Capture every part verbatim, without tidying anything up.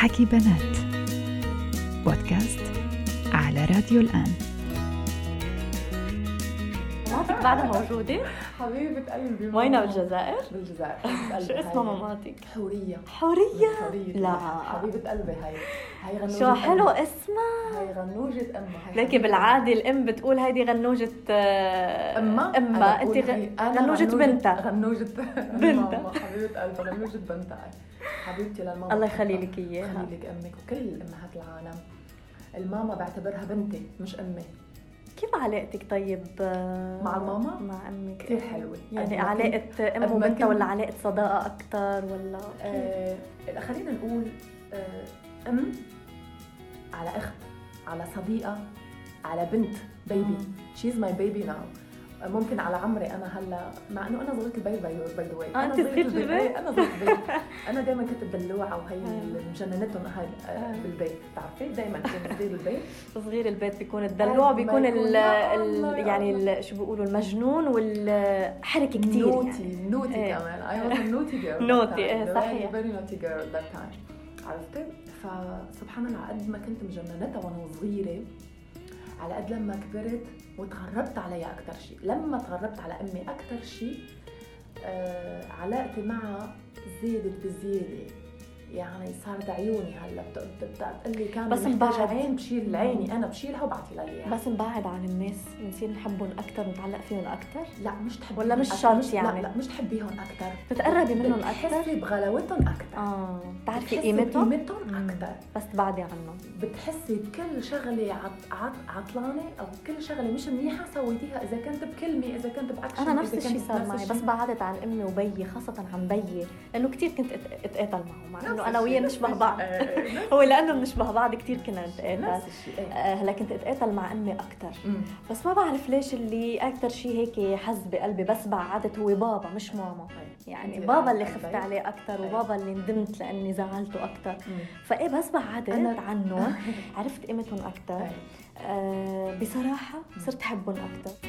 حكي بنات، بودكاست على راديو الآن. مامتك بعدها موجودة؟ حبيبة قلبي. وينها بالجزائر؟ بالجزائر. شو اسمها مامتك؟ حورية. حورية؟ حورية. لا حبيبة قلبي. هاي هاي غنوجة شو حلو أمها. اسمها. هاي غنوجة أمها. لكن بالعادة الأم بتقول هيدي غنوجة أمها. أمها أنت غنوجة بنتها. غنوجة بنتها. حبيبة قلبي غنوجة بنتها. حبيبتي للماما. الله يخلي لك إياها. يخلي لك أمك وكل أمهات العالم. الماما بعتبرها بنتي مش أمي. كيف علاقتك طيب مع الماما؟ مع أمك كثير حلوة. يعني علاقة أم وبنتها ولا علاقة صداقة أكتر ولا؟ آه خلينا نقول آه أم على أخت على صديقة على بنت بيبي. she's my baby now. ممكن على عمري أنا هلا مع إنه أنا صغيرة البيت باي باي ذا واي. أنا صغيرة البيت. أنا صغيرة البيت. أنا دائما كنت دلوعة وهي مجننتهم هاي بالبيت. بتعرفي دائما كنت صغير البيت. صغير البيت بيكون الدلوع بيكون ال ال يعني شو بيقولوا المجنون والحركة كتير. نوتي نوتي كمان. I was a naughty girl. نوتي إيه صحيح. very naughty girl that time. عرفتي؟ فسبحان الله قد ما كنت مجننتها وأنا صغيرة على قد لما كبرت وتغربت عليها أكتر شيء. لما تغربت على أمي أكتر شيء آه علاقتي معها زادت بزيادة. يعني صارت عيوني هلا بتقول لي كان بس مبعد عين بشيل عيني أنا بشيلها وبعطي لها إياها. بس مبعد عن الناس بنصير نحبهم أكتر ونتعلق فيهم أكتر. لا مش تحبي ولا مش شرط يعني. لا, لا مش تحبيهم أكتر. تتقربي منهم أكتر. بتحسي بغلاوتهم أكتر. آه بتعرفي قيمتهم. قيمتهم أكتر. بس تبعدي عنهم. بتحسي بكل شغلة عط عط عطلانة أو كل شغلة مش منيحة سويتيها إذا كنت بكلمة إذا كنت بأكشن. أنا نفس الشيء صار معي بس بعدت عن أمي وبيي خاصة عن بيي لأنه كتير كنت أتقاتل معه مع إنه أنا وياه نشبه بعض. هو لأنه بنشبه بعض كتير كنا نتقاتل. هلا كنت أتقاتل مع أمي أكتر. بس ما بعرف ليش اللي أكتر شيء هيك حز بقلبي بس بعدت هو بابا مش ماما. يعني بابا اللي خفت عليه أكتر وبابا اللي ندمت لأني زعلته أكتر. فإيه بس بعدت عنه عرفت قيمتهم أكتر. آه بصراحة صرت أحبهم أكتر.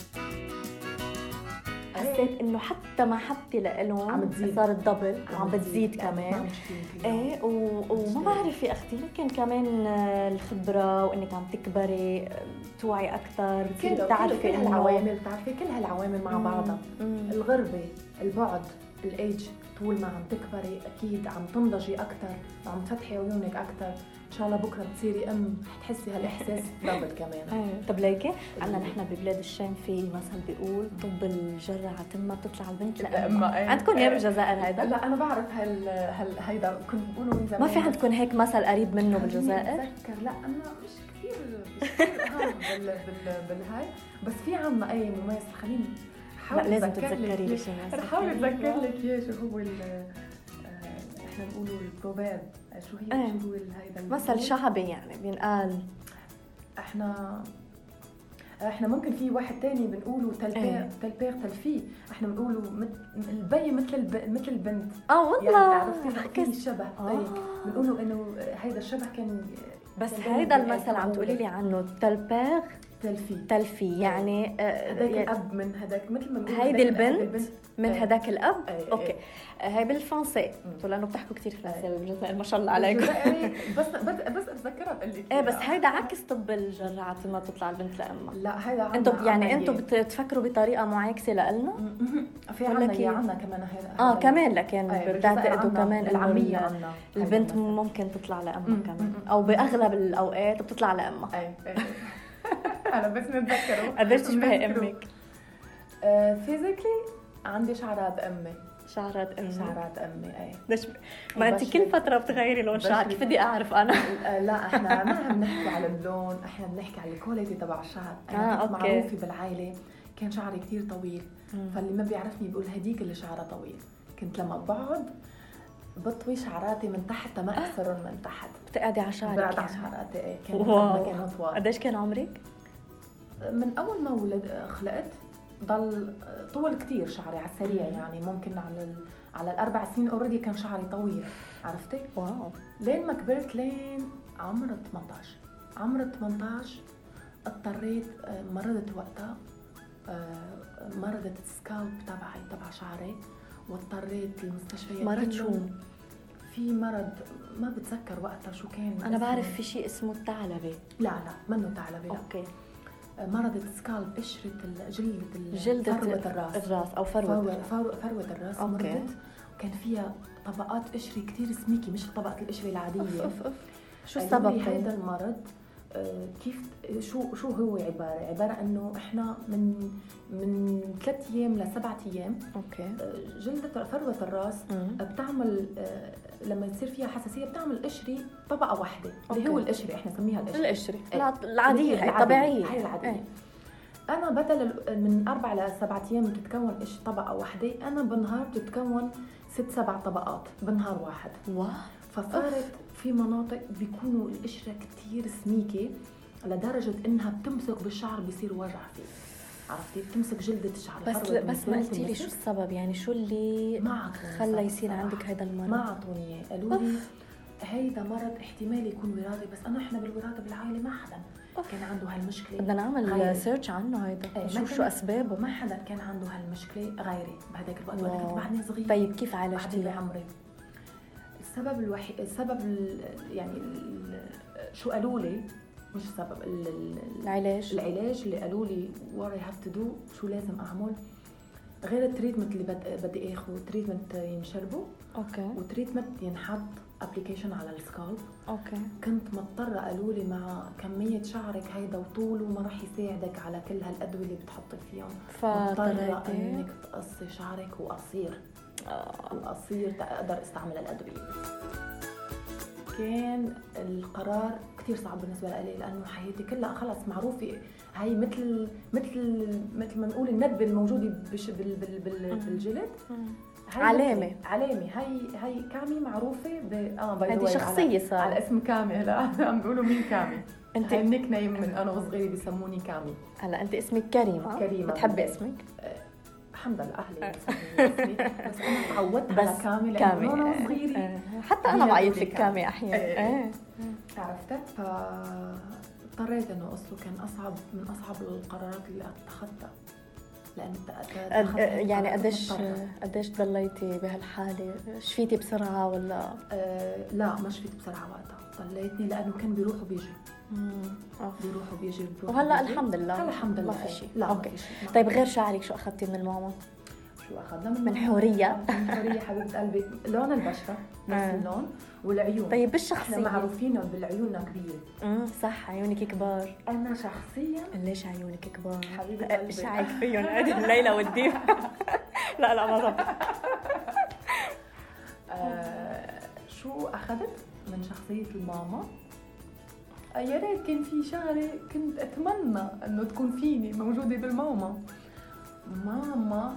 حسيت إنه حتى محبتي لإلهم صارت دبل وعم بتزيد كمان. إيه وما بعرف يا أختي يمكن كمان الخبرة وإنك عم تكبري توعي أكتر بتعرفي كل هالعوامل. بتعرفي كل هالعوامل مع بعضها. الغربة البعد الأيج طول ما عم تكبري أكيد عم تنضجي أكتر وعم تفتحي عيونك أكتر. إن شاء الله بكرة بتصيري أم حتحسي هالإحساس دبل كمان. أيه. طب ليكي عنا نحن ببلاد الشام في مثل بيقول طب الجرة عتمة بتطلع البنت لأمها. أيه. عندكم إياه بالجزائر هيدا؟ لا أنا بعرف هال هال هيدا كنت بقوله من زمان. ما في عندكم هيك مثل قريب منه بالجزائر؟ بتذكر لا أنا مش كثير مش كثير بال بال بالهاي بس في عنا أي مميز. خليني لا لازم تتذكري لي شيء. رح احاول اتذكر لك اياه شو هو ال احنا بنقولوا البروفيرب. شو هي ايه. شو هو هيدا مثل شعبي يعني بينقال. احنا احنا ممكن في واحد تاني بنقوله تلبير ايه. تلبير تلفي. احنا بنقوله البي مثل الب... مثل البنت. اه والله يعني عرفتي في شبه هيك. بنقوله انه هيدا الشبه كان. بس هيدا المثل عم تقولي لي عنه تلبير تلفي تلفي يعني هذاك يعني الاب من هذاك مثل ما هيدي البنت من هذاك الاب. أي اوكي هاي بالفرنسي لانه بتحكوا كثير فرنسي بالجزائر ما شاء الله عليكم. بس بس اتذكرها بقول لك ايه بس هيدا عكس طب الجرعه ما تطلع البنت لامها. لا هيدا انتم يعني انتم بتفكروا بطريقه معاكسه لنا. في عنا عنا كمان هيدا اه كمان لكن بتعتقدوا كمان العميه عنا البنت ممكن تطلع لامها كمان او باغلب الاوقات بتطلع لامها. اي أنا بس متذكره. قدرت تشبهي أمك؟ فيزيكلي عندي شعرات أمي. شعرات أمي. شعرات أمي أي. ليش ما أنت كل فترة بتغيري لون شعر كيف بدي أعرف أنا؟ لا إحنا ما عم نحكي على اللون إحنا بنحكي على الكواليتي تبع الشعر. أنا آه كنت معروفة بالعائلة كان شعري كتير طويل. مم. فاللي ما بيعرفني بيقول هديك اللي شعرها طويل. كنت لما بقعد بطوي شعراتي من تحت ما أكسرهم من تحت. بتقعدي على شعرك؟ بقعد على شعراتي إيه. كان ما كانوا طوال. قديش كان عمرك؟ من أول ما ولد خلقت ضل طول كتير شعري على السريع. يعني ممكن على ال... على الأربع سنين أوريدي كان شعري طويل. عرفتي؟ واو. لين ما كبرت لين عمر ثمانية عشر. عمر ثمانية عشر اضطريت مرضت وقتها مرضت السكالب تبعي تبع شعري واضطريت المستشفيات. مرض شو؟ في مرض ما بتذكر وقتها شو كان. انا بعرف في شيء اسمه الثعلبه. لا لا منه ثعلبه. لا اوكي. مرض سكالب، قشره جلد جلد فروه الراس الراس او فروه فروه, فروة الراس. أوكي. مرضت وكان فيها طبقات قشري كتير سميكي، مش طبقه القشره العاديه. أوف أوف. شو السبب السبب هذا المرض؟ آه كيف شو شو هو عباره عباره انه احنا من من ثلاث ايام لسبعة ايام اوكي آه جلده فروه الراس مم. بتعمل آه لما يصير فيها حساسيه بتعمل قشري طبقه واحده اللي هو القشري، احنا نسميها القشري القشري إيه. العاديه هي الطبيعيه هي العاديه. ايه. انا بدل من اربع لسبعة ايام بتتكون قش طبقه واحده، انا بالنهار بتتكون ست سبع طبقات بنهار واحد. واو. فصارت في مناطق بيكونوا القشره كتير سميكه لدرجه انها بتمسك بالشعر بيصير وجع فيه، عرفتي؟ بتمسك جلده الشعر. بس بس ما قلتي لي شو السبب، يعني شو اللي ما خلى يصير عندك هذا المرض؟ ما اعطوني اياه، قالوا لي هيدا مرض احتمال يكون وراثي، بس انا احنا بالوراثه بالعائله ما حدا كان عنده هالمشكله. بدنا نعمل سيرش عنه هيدا نشوف شو اسبابه. ما حدا كان عنده هالمشكله غيري بهداك الوقت وانا كنت بعدني صغيره. طيب كيف عالجتيها؟ بعمري السبب الوحيد السبب ال يعني ال شو قالوا لي مش السبب العلاج العلاج اللي قالوا لي what I have to do، شو لازم اعمل غير التريتمنت اللي بدي اخذه. تريتمنت ينشربه اوكي وتريتمنت ينحط ابلكيشن على السكالب. اوكي. كنت مضطره قالوا لي مع كميه شعرك هيدا وطوله ما راح يساعدك على كل هالادويه اللي بتحطي فيهم، مضطره انك تقصي شعرك وقصير آه. وقصير تقدر استعمل الادويه. كان القرار كتير صعب بالنسبه لي لانه حياتي كلها خلص معروفه هاي مثل مثل مثل ما نقول الندبه الموجوده بال بال بال بالجلد. علامه علامه هاي هاي كامي معروفه ب اه باي هذه شخصيه صار على اسم كامي. هلا عم بيقولوا مين كامي. انت هاي النيك نيم من انا وصغيره بيسموني كامي. هلا انت اسمك كريمه. كريمه بتحبي اسمك؟ الحمد لله اهلي بيسموني بس انا تعودت على كامي لانه انا صغيره. حتى انا بعيط لك كامي احيانا. ايه عرفتك. ف اضطريت انه اصله كان اصعب من اصعب القرارات اللي اتخذتها لأن أد... يعني قديش قديش ضليتي بهالحالة؟ شفيتي بسرعة ولا؟ أه لا ما شفيت بسرعة وقتها، ضليتني لأنه كان بيروح وبيجي بيروح وبيجي وهلا الحمد لله الحمد لله ما في شيء. لا أوكي. طيب غير شعرك شو أخذتي من الماما؟ شو أخذنا من, من حورية؟ من حورية حبيبة قلبي. لون البشرة نفس اللون والعيون. طيب بالشخصية؟ احنا معروفين بالعيوننا كبيرة. امم صح عيونك كبار. أنا شخصيا ليش عيونك كبار؟ حبيبة قلبي ايش رايك فيهم هذه الليلة والديب؟ لا لا ما ضبط. آه شو أخذت من شخصية الماما؟ يا ريت كان في شغلة كنت أتمنى إنه تكون فيني موجودة بالماما. ماما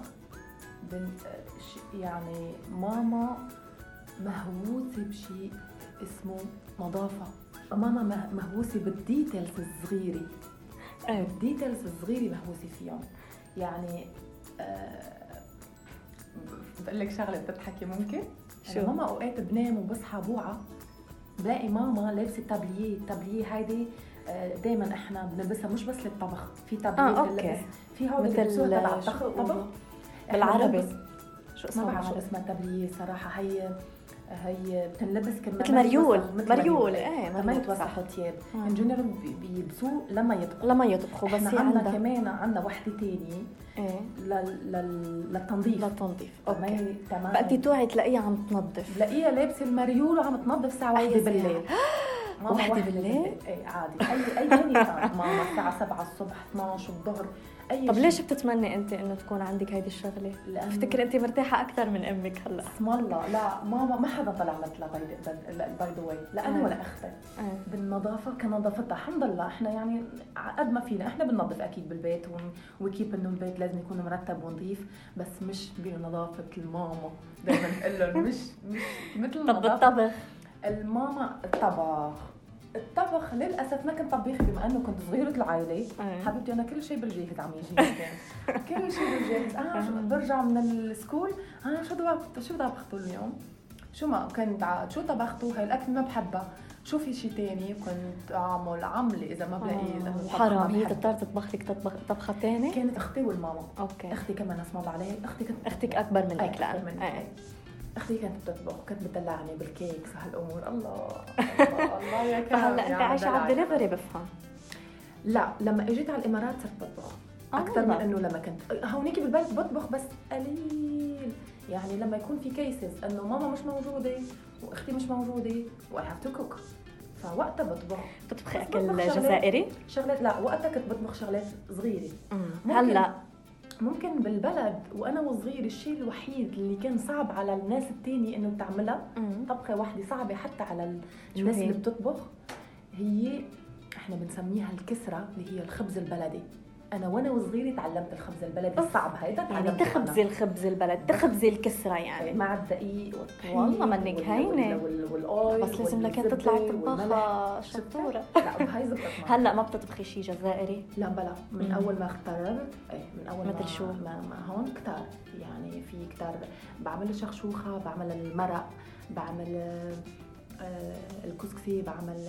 يعني ماما مهووسة بشيء اسمه نظافة. ماما مهووسة بالديتيلز الصغيرة. الديتيلز الصغيرة مهووسة فيهم. يعني أه بقول لك شغلة بتضحكي ممكن؟ شو؟ ماما أوقات بنام وبصحى بوعة بلاقي ماما لابسة تابلييه. التابلييه هيدي دايما احنا بنلبسها مش بس للطبخ، في تابلييه آه أوكي. في هون بيلبسوها تبع الطبخ بالعربي. شو اسمها؟ ما بعرف شو اسمها التابلييه صراحة. هي هي بتنلبس كمان مثل مريول. مريول ايه ما يتوسخوا ثياب. ان جنرال بيلبسوه لما يطبخوا. لما يطبخوا بس احنا عندنا كمان عندنا وحده ثانيه ايه للتنظيف. للتنظيف اوكي تمام. وقتي توعي تلاقيها عم تنظف، تلاقيها لابسه المريول وعم تنظف الساعه واحدة بالليل. ماما واحدة بالليل؟ ايه عادي. اي اي ثاني ماما الساعه سبعة الصبح اثنعش الظهر اي. طب ليش بتتمني انت انه تكون عندك هيدي الشغله؟ بفتكر انت مرتاحه اكثر من امك هلا. اسم الله. لا ماما ما حدا طلع مثلها باي ذا واي، لا انا ولا اختي بالنظافه كنظافتها. الحمد لله احنا يعني قد ما فينا احنا بننظف اكيد بالبيت وكيف انه البيت لازم يكون مرتب ونظيف، بس مش بنظافه الماما. دائما نقول لهم مش مش مثل طب الطبخ الماما. الطبخ الطبخ للاسف ما كنت طبيخ بما انه كنت صغيره العائله. حبيبتي انا كل شيء بالجاهز عم يجي. كل شيء بالجاهز. اه برجع من السكول اه شو طبخت شو طبختوا اليوم؟ شو ما كنت عاد شو طبختوا؟ هاي الاكل ما بحبها، شو في شيء تاني؟ كنت اعمل عمله اذا ما بلاقي انه حرام. هي تضطر تطبخ لك تطبخ طبخه ثانيه. كانت اختي والماما. اوكي. اختي كمان اسمها عليها. اختي كنت اختك اكبر منك. لا من اختي كانت بتطبخ وكانت بتدلعني بالكيكس وهالامور. الله الله, الله يا كرم. فهلا انت عايشه على الدليفري بفهم. لا لما اجيت على الامارات صرت بطبخ اكثر من انه لما كنت هونيك بالبلد بطبخ بس قليل. يعني لما يكون في كيسز انه ماما مش موجوده واختي مش موجوده و I have to cook، فوقتها بطبخ. بتطبخي اكل جزائري؟ شغلات لا، وقتها كنت بطبخ شغلات صغيره. هلا ممكن بالبلد وانا وصغير الشيء الوحيد اللي كان صعب على الناس التاني انه تعملها طبخه واحده صعبه حتى على الناس اللي بتطبخ، هي احنا بنسميها الكسره اللي هي الخبز البلدي. انا وانا وصغيره تعلمت الخبز البلدي الصعب هيدا، يعني تخبزي الخبز البلد، تخبزي الكسره يعني مع الدقيق والطحين. والله منك هينه والاويل، بس لازم لك تطلعي طباخه شطوره. لا بهاي زبطت. هلا ما بتطبخي شيء جزائري؟ لا بلا، من مم. اول ما اخترت ايه من اول مثل شو ما, ما هون كتار، يعني في كتار بعمل الشخشوخه، بعمل المرق، بعمل آه الكسكسي، بعمل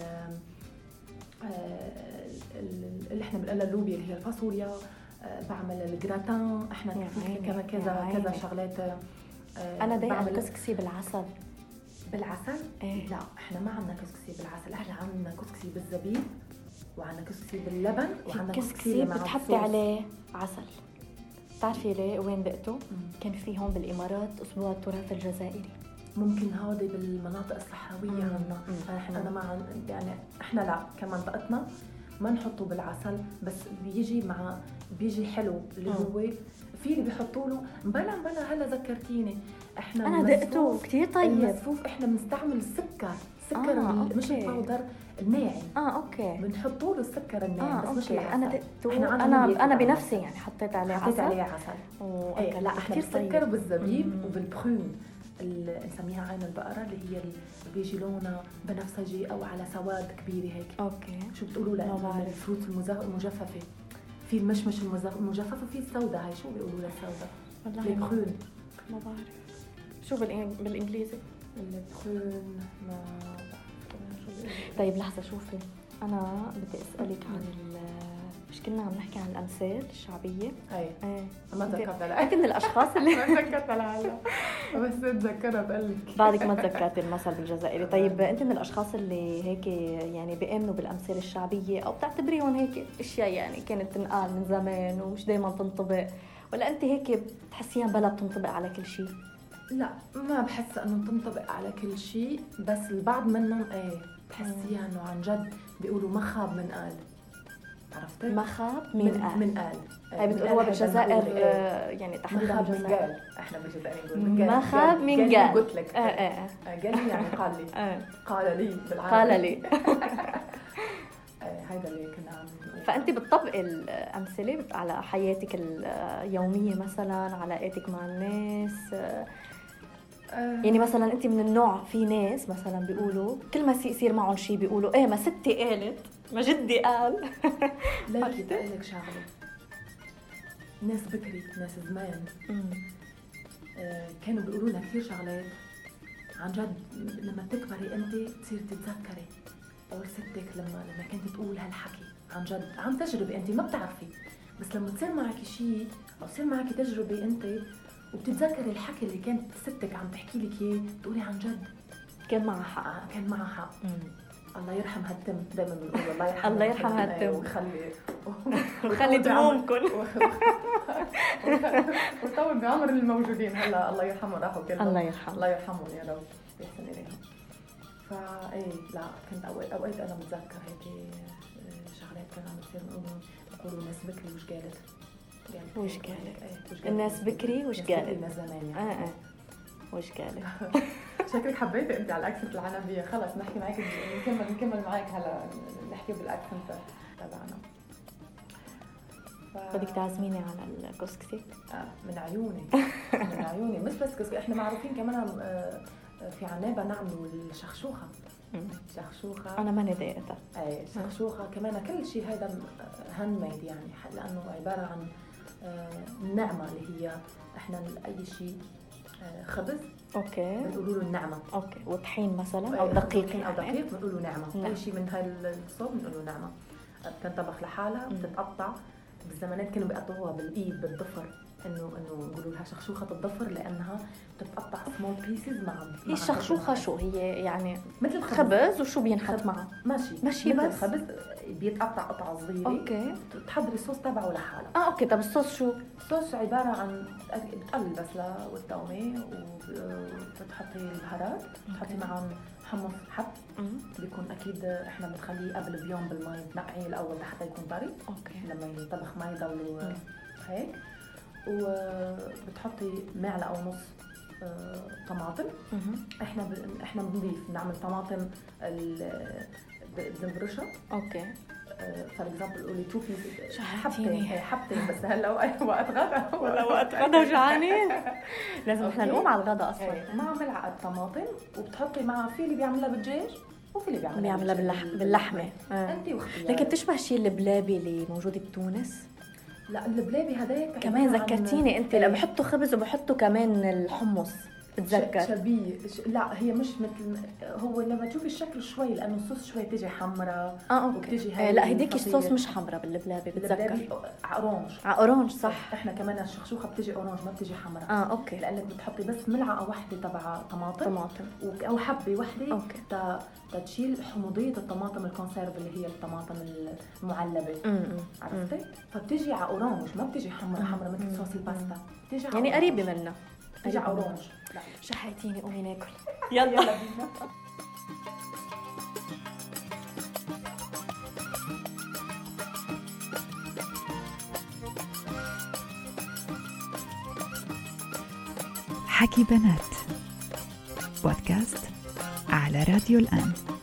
آه اللي احنا بنقلها اللوبيا اللي هي الفاصوليا، آه بعمل الجراتان. احنا في كذا كذا كذا شغلات. آه انا بعمل كسكسي بالعسل. بالعسل؟ ايه؟ لا احنا ما عندنا كسكسي بالعسل، احنا عندنا كسكسي بالزبيب وعندنا كسكسي باللبن وعندنا كسكسي بتحطي عليه عسل. بتعرفي ليه وين دقته؟ كان في هون بالامارات اسبوع التراث الجزائري. ممكن هذه بالمناطق الصحراويه عندنا. احنا انا مع يعني احنا لا كمنطقتنا ما نحطه بالعسل، بس بيجي مع بيجي حلو اللي هو في اللي بيحطوا له بلا بلا. هلا ذكرتيني، احنا انا دقته كثير طيب. المسفوف احنا بنستعمل السكر، سكر آه، مش الباودر الناعم. اه اوكي، بنحطوا له السكر الناعم. آه، بس مش العسل. انا دقته، انا انا بنفسي يعني حطيت عليه حطيت عسل. عليه عسل ايه. لا احنا بالسكر وبالزبيب وبالبخون نسميها عين البقرة اللي هي اللي بيجي لونها بنفسجي او على سواد كبيره هيك. اوكي شو بتقولوا لها؟ الفروت المجففه، في المشمش المجفف وفي السوداء. هاي شو بيقولوا لها السوداء؟ والله البخون. ما بعرف شو بالانجليزي البخون. ما طيب لحظه شوفي، انا بدي اسالك عن مش كنا عم نحكي عن الامثال الشعبيه؟ اي ايه ما تذكرتها. انت من الاشخاص اللي ما تذكرتها لهلا بس اتذكرها بقول لك بعدك ما تذكرتي المثل بالجزائري. طيب انت من الاشخاص اللي هيك يعني بيامنوا بالامثال الشعبيه او بتعتبريهم هيك اشياء يعني كانت تنقال من زمان ومش دائما تنطبق، ولا انت هيك بتحسيها بلا بتنطبق على كل شيء؟ لا ما بحس انه تنطبق على كل شيء، بس البعض منهم ايه بتحسيها انه عن جد بيقولوا ما خاب من قال. عرفتي؟ ما خاب من قال. من قال اي بتقولوها بالجزائر يعني تحديدا بالجزائر. احنا بالجزائر نقول من قال. ما خاب من قال. قلت لك اه اه قال لي يعني قال لي. قال لي بالعربي. قال لي. هيدا اللي كنا عم نقول. فانت بتطبقي الامثله على حياتك اليوميه، مثلا علاقاتك مع الناس؟ يعني مثلا انت من النوع في ناس مثلا بيقولوا كل ما يصير معهم شيء بيقولوا ايه ما ستي قالت، ما جدي قال. لا بدي اقول لك شغله، ناس بكري ناس زمان آه كانوا بيقولوا لنا كثير شغلات عن جد لما تكبري انت تصير تتذكري. او ستك لما لما كنت تقول هالحكي عن جد عن تجربه انت ما بتعرفي، بس لما تصير معك شيء او تصير معك تجربه انت وبتتذكري الحكي اللي كانت ستك عم تحكي لك اياه تقولي عن جد كان معها حق. آه كان معها حق. الله يرحم هالتم، دائما بنقول الله يرحم الله يرحم هالتم وخلي وخلي دمومكم وطول بعمر الموجودين. هلا الله يرحمه راحوا كلهم. الله يرحمه الله يرحمهم يا رب يحسن اليهم. فاي لا كنت اوقات اوقات انا بتذكر هيك شغلات كانوا عم بتصير نقولوا بيقولوا ناس بكري وش قالت وش قالت الناس بكري وش قالت الناس زمان يعني. اه اه وش قالت. شكلك حبيتي انت على الاكسنت العنبيه. خلص نحكي معك نكمل نكمل معك هلا نحكي بالاكسنت تبعنا. ف... بدك تعزميني على الكسكسي؟ آه من عيوني من عيوني. مش بس كسكسي، احنا معروفين كمان آه في عنابه نعملوا الشخشوخه. شخشوخه انا ماني ضايقتها. اي شخشوخه كمان كل شيء هذا هاند ميد يعني، لانه عباره عن النعمه اللي هي احنا اي شيء خبز اوكي بنقولوا له النعمه. اوكي وطحين مثلا او دقيق او دقيق بنقول له نعمه. نعم. اي شيء من هاي الصوب بنقول له نعمه. بتنطبخ لحالها بتتقطع. بالزمانات كانوا بيقطعوها بالايد بالضفر انه انه نقولوا لها شخشوخه الضفر لانها بتتقطع سمول بيسز مع هي الشخشوخه شو هي يعني؟ مثل الخبز. خبز وشو بينحط معه؟ ماشي ماشي مثل بس الخبز بيتقطع قطعه صغيره. اوكي. بتحضري الصوص تبعه لحاله. اه اوكي. طب الصوص شو؟ الصوص عباره عن بتقلي البصله والثومه وبتحطي البهارات، بتحطي معهم حمص حب بيكون اكيد احنا بنخليه قبل بيوم بالمي بنقعيه الاول لحتى يكون طري. اوكي. لما ينطبخ ما يضلوا هيك. وبتحطي معلقه ونص طماطم. احنا ب... احنا بنضيف بنعمل طماطم بنبرشها. اوكي. فور اكزامبل قولي تو بيس حبتين حبتين بس هلا وقت غدا ولا وقت غدا وجعانين لازم احنا نقوم على الغدا اصلا. مع ملعقه طماطم وبتحطي معها في اللي بيعملها بالدجاج وفي اللي بيعملها بيعملها باللحم باللحمه. انت واختيارك. لكن بتشبه شيء البلابي اللي موجود بتونس. لا البلابي هذاك كمان ذكرتيني انت لما بحطوا خبز وبحطوا كمان الحمص بتذكر شبيه. لا هي مش مثل هو لما تشوفي الشكل شوي لانه الصوص شوي تيجي حمراء. اه اوكي. آه لا هديك الصوص مش حمراء بالبلابي بتذكر اورانج. اه اورانج صح. احنا كمان الشخشوخه بتيجي اورانج ما بتيجي حمراء. اه اوكي. لانك بتحطي بس ملعقه واحده تبع طماطم طماطم او حبه واحده اوكي تا تشيل حموضيه الطماطم الكونسيرف اللي هي الطماطم المعلبه. عرفتي؟ فبتيجي على اورانج ما بتيجي حمراء حمراء مثل صوص الباستا. بتيجي يعني قريبه منها. بتيجي على اورانج. شحيتيني قومي ناكل. يلا يلا بينا. حكي بنات بودكاست على راديو الآن.